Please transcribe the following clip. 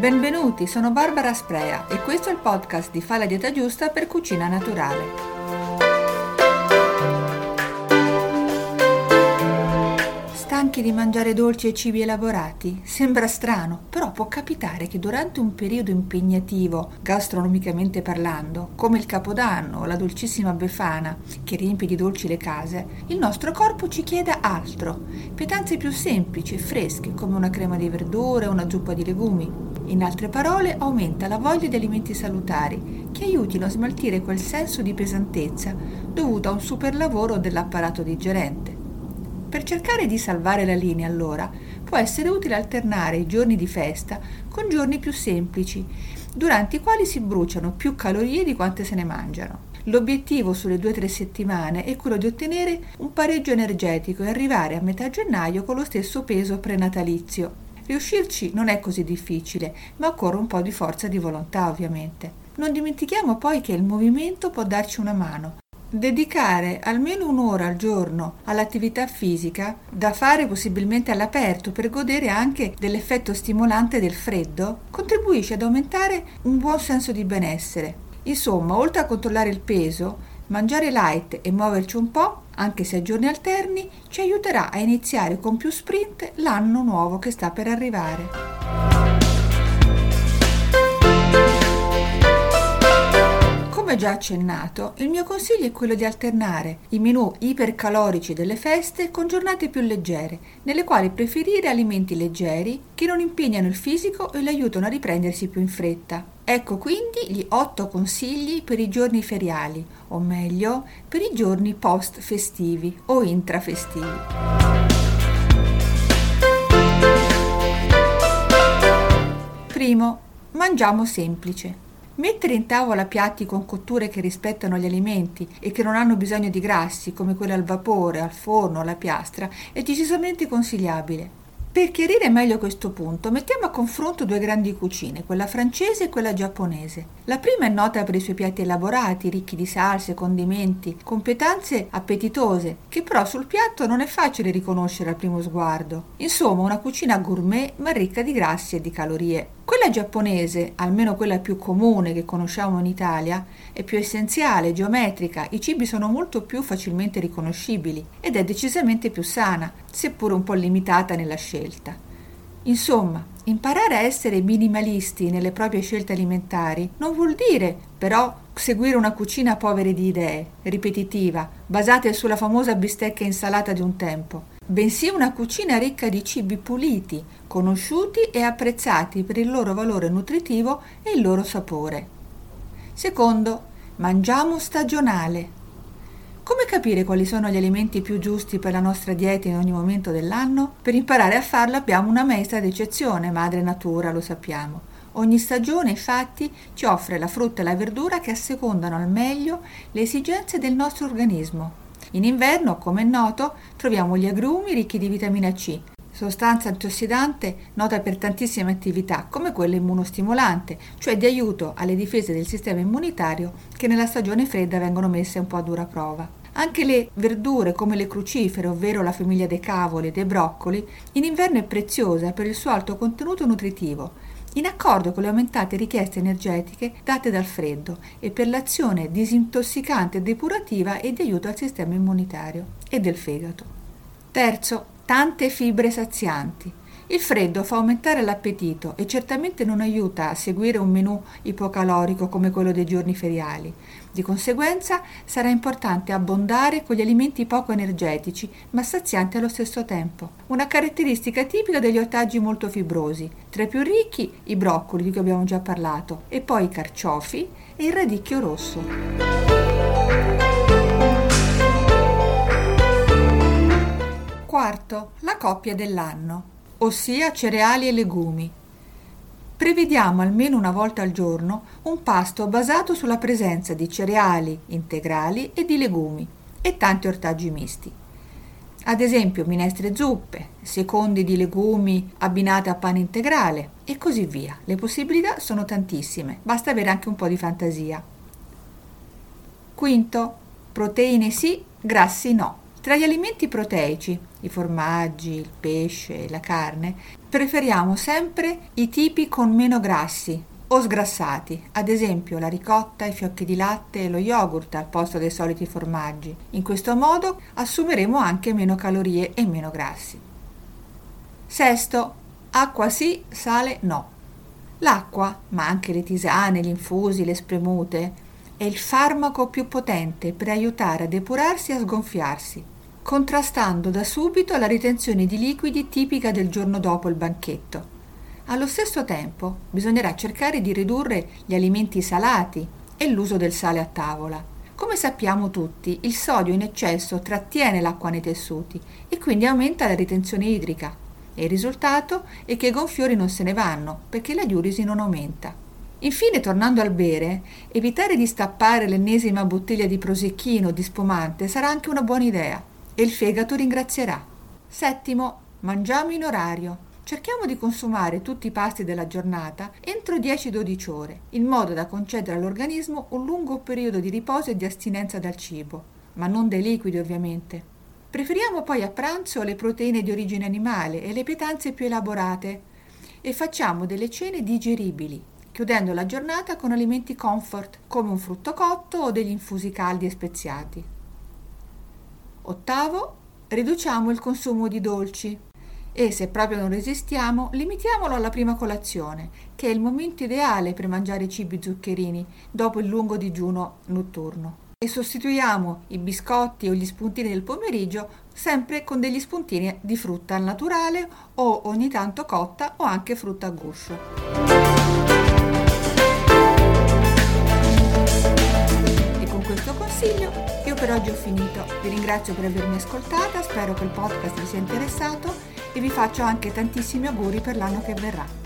Benvenuti, sono Barbara Sprea e questo è il podcast di Fa la dieta giusta per cucina naturale. Stanchi di mangiare dolci e cibi elaborati? Sembra strano, però può capitare che durante un periodo impegnativo, gastronomicamente parlando, come il Capodanno o la dolcissima Befana, che riempie di dolci le case, il nostro corpo ci chieda altro, pietanze più semplici e fresche, come una crema di verdure o una zuppa di legumi. In altre parole, aumenta la voglia di alimenti salutari, che aiutino a smaltire quel senso di pesantezza dovuto a un superlavoro dell'apparato digerente. Per cercare di salvare la linea, allora, può essere utile alternare i giorni di festa con giorni più semplici, durante i quali si bruciano più calorie di quante se ne mangiano. L'obiettivo sulle 2-3 settimane è quello di ottenere un pareggio energetico e arrivare a metà gennaio con lo stesso peso prenatalizio. Riuscirci non è così difficile, ma occorre un po' di forza di volontà, ovviamente. Non dimentichiamo poi che il movimento può darci una mano. Dedicare almeno un'ora al giorno all'attività fisica, da fare possibilmente all'aperto per godere anche dell'effetto stimolante del freddo, contribuisce ad aumentare un buon senso di benessere. Insomma, oltre a controllare il peso, mangiare light e muoverci un po', anche se a giorni alterni, ci aiuterà a iniziare con più sprint l'anno nuovo che sta per arrivare. Come già accennato, il mio consiglio è quello di alternare i menù ipercalorici delle feste con giornate più leggere, nelle quali preferire alimenti leggeri che non impegnano il fisico e lo aiutano a riprendersi più in fretta. Ecco quindi gli 8 consigli per i giorni feriali, o meglio, per i giorni post-festivi o intrafestivi. Primo, mangiamo semplice. Mettere in tavola piatti con cotture che rispettano gli alimenti e che non hanno bisogno di grassi, come quelli al vapore, al forno o alla piastra, è decisamente consigliabile. Per chiarire meglio questo punto, mettiamo a confronto 2 grandi cucine, quella francese e quella giapponese. La prima è nota per i suoi piatti elaborati, ricchi di salse, condimenti, con pietanze appetitose, che però sul piatto non è facile riconoscere al primo sguardo. Insomma, una cucina gourmet ma ricca di grassi e di calorie. Quella giapponese, almeno quella più comune che conosciamo in Italia, è più essenziale, geometrica, i cibi sono molto più facilmente riconoscibili ed è decisamente più sana, seppure un po' limitata nella scelta. Insomma, imparare a essere minimalisti nelle proprie scelte alimentari non vuol dire, però, seguire una cucina povera di idee, ripetitiva, basata sulla famosa bistecca e insalata di un tempo, bensì una cucina ricca di cibi puliti, conosciuti e apprezzati per il loro valore nutritivo e il loro sapore. Secondo, mangiamo stagionale. Come capire quali sono gli alimenti più giusti per la nostra dieta in ogni momento dell'anno? Per imparare a farlo abbiamo una maestra d'eccezione, madre natura, lo sappiamo. Ogni stagione, infatti, ci offre la frutta e la verdura che assecondano al meglio le esigenze del nostro organismo. In inverno, come è noto, troviamo gli agrumi ricchi di vitamina C, sostanza antiossidante nota per tantissime attività, come quella immunostimolante, cioè di aiuto alle difese del sistema immunitario che nella stagione fredda vengono messe un po' a dura prova. Anche le verdure come le crucifere, ovvero la famiglia dei cavoli e dei broccoli, in inverno è preziosa per il suo alto contenuto nutritivo, in accordo con le aumentate richieste energetiche date dal freddo e per l'azione disintossicante e depurativa e di aiuto al sistema immunitario e del fegato. Terzo, tante fibre sazianti. Il freddo fa aumentare l'appetito e certamente non aiuta a seguire un menù ipocalorico come quello dei giorni feriali. Di conseguenza sarà importante abbondare con gli alimenti poco energetici ma sazianti allo stesso tempo. Una caratteristica tipica degli ortaggi molto fibrosi. Tra i più ricchi i broccoli, di cui abbiamo già parlato, e poi i carciofi e il radicchio rosso. Quarto, la coppia dell'anno, ossia cereali e legumi. Prevediamo almeno una volta al giorno un pasto basato sulla presenza di cereali integrali e di legumi e tanti ortaggi misti. Ad esempio minestre e zuppe, secondi di legumi abbinate a pane integrale e così via. Le possibilità sono tantissime, basta avere anche un po' di fantasia. Quinto, proteine sì, grassi no. Tra gli alimenti proteici, i formaggi, il pesce, la carne, preferiamo sempre i tipi con meno grassi o sgrassati, ad esempio la ricotta, i fiocchi di latte e lo yogurt al posto dei soliti formaggi. In questo modo assumeremo anche meno calorie e meno grassi. Sesto, acqua sì, sale no. L'acqua, ma anche le tisane, gli infusi, le spremute, è il farmaco più potente per aiutare a depurarsi e a sgonfiarsi, contrastando da subito la ritenzione di liquidi tipica del giorno dopo il banchetto. Allo stesso tempo bisognerà cercare di ridurre gli alimenti salati e l'uso del sale a tavola. Come sappiamo tutti, il sodio in eccesso trattiene l'acqua nei tessuti e quindi aumenta la ritenzione idrica. E il risultato è che i gonfiori non se ne vanno perché la diuresi non aumenta. Infine, tornando al bere, evitare di stappare l'ennesima bottiglia di prosecchino o di spumante sarà anche una buona idea e il fegato ringrazierà. Settimo, mangiamo in orario. Cerchiamo di consumare tutti i pasti della giornata entro 10-12 ore, in modo da concedere all'organismo un lungo periodo di riposo e di astinenza dal cibo, ma non dai liquidi ovviamente. Preferiamo poi a pranzo le proteine di origine animale e le pietanze più elaborate e facciamo delle cene digeribili, chiudendo la giornata con alimenti comfort come un frutto cotto o degli infusi caldi e speziati. Ottavo, riduciamo il consumo di dolci. E se proprio non resistiamo, limitiamolo alla prima colazione, che è il momento ideale per mangiare cibi zuccherini dopo il lungo digiuno notturno. E sostituiamo i biscotti o gli spuntini del pomeriggio sempre con degli spuntini di frutta al naturale o ogni tanto cotta o anche frutta a guscio. E con questo consiglio io per oggi ho finito. Vi ringrazio per avermi ascoltata, spero che il podcast vi sia interessato e vi faccio anche tantissimi auguri per l'anno che verrà.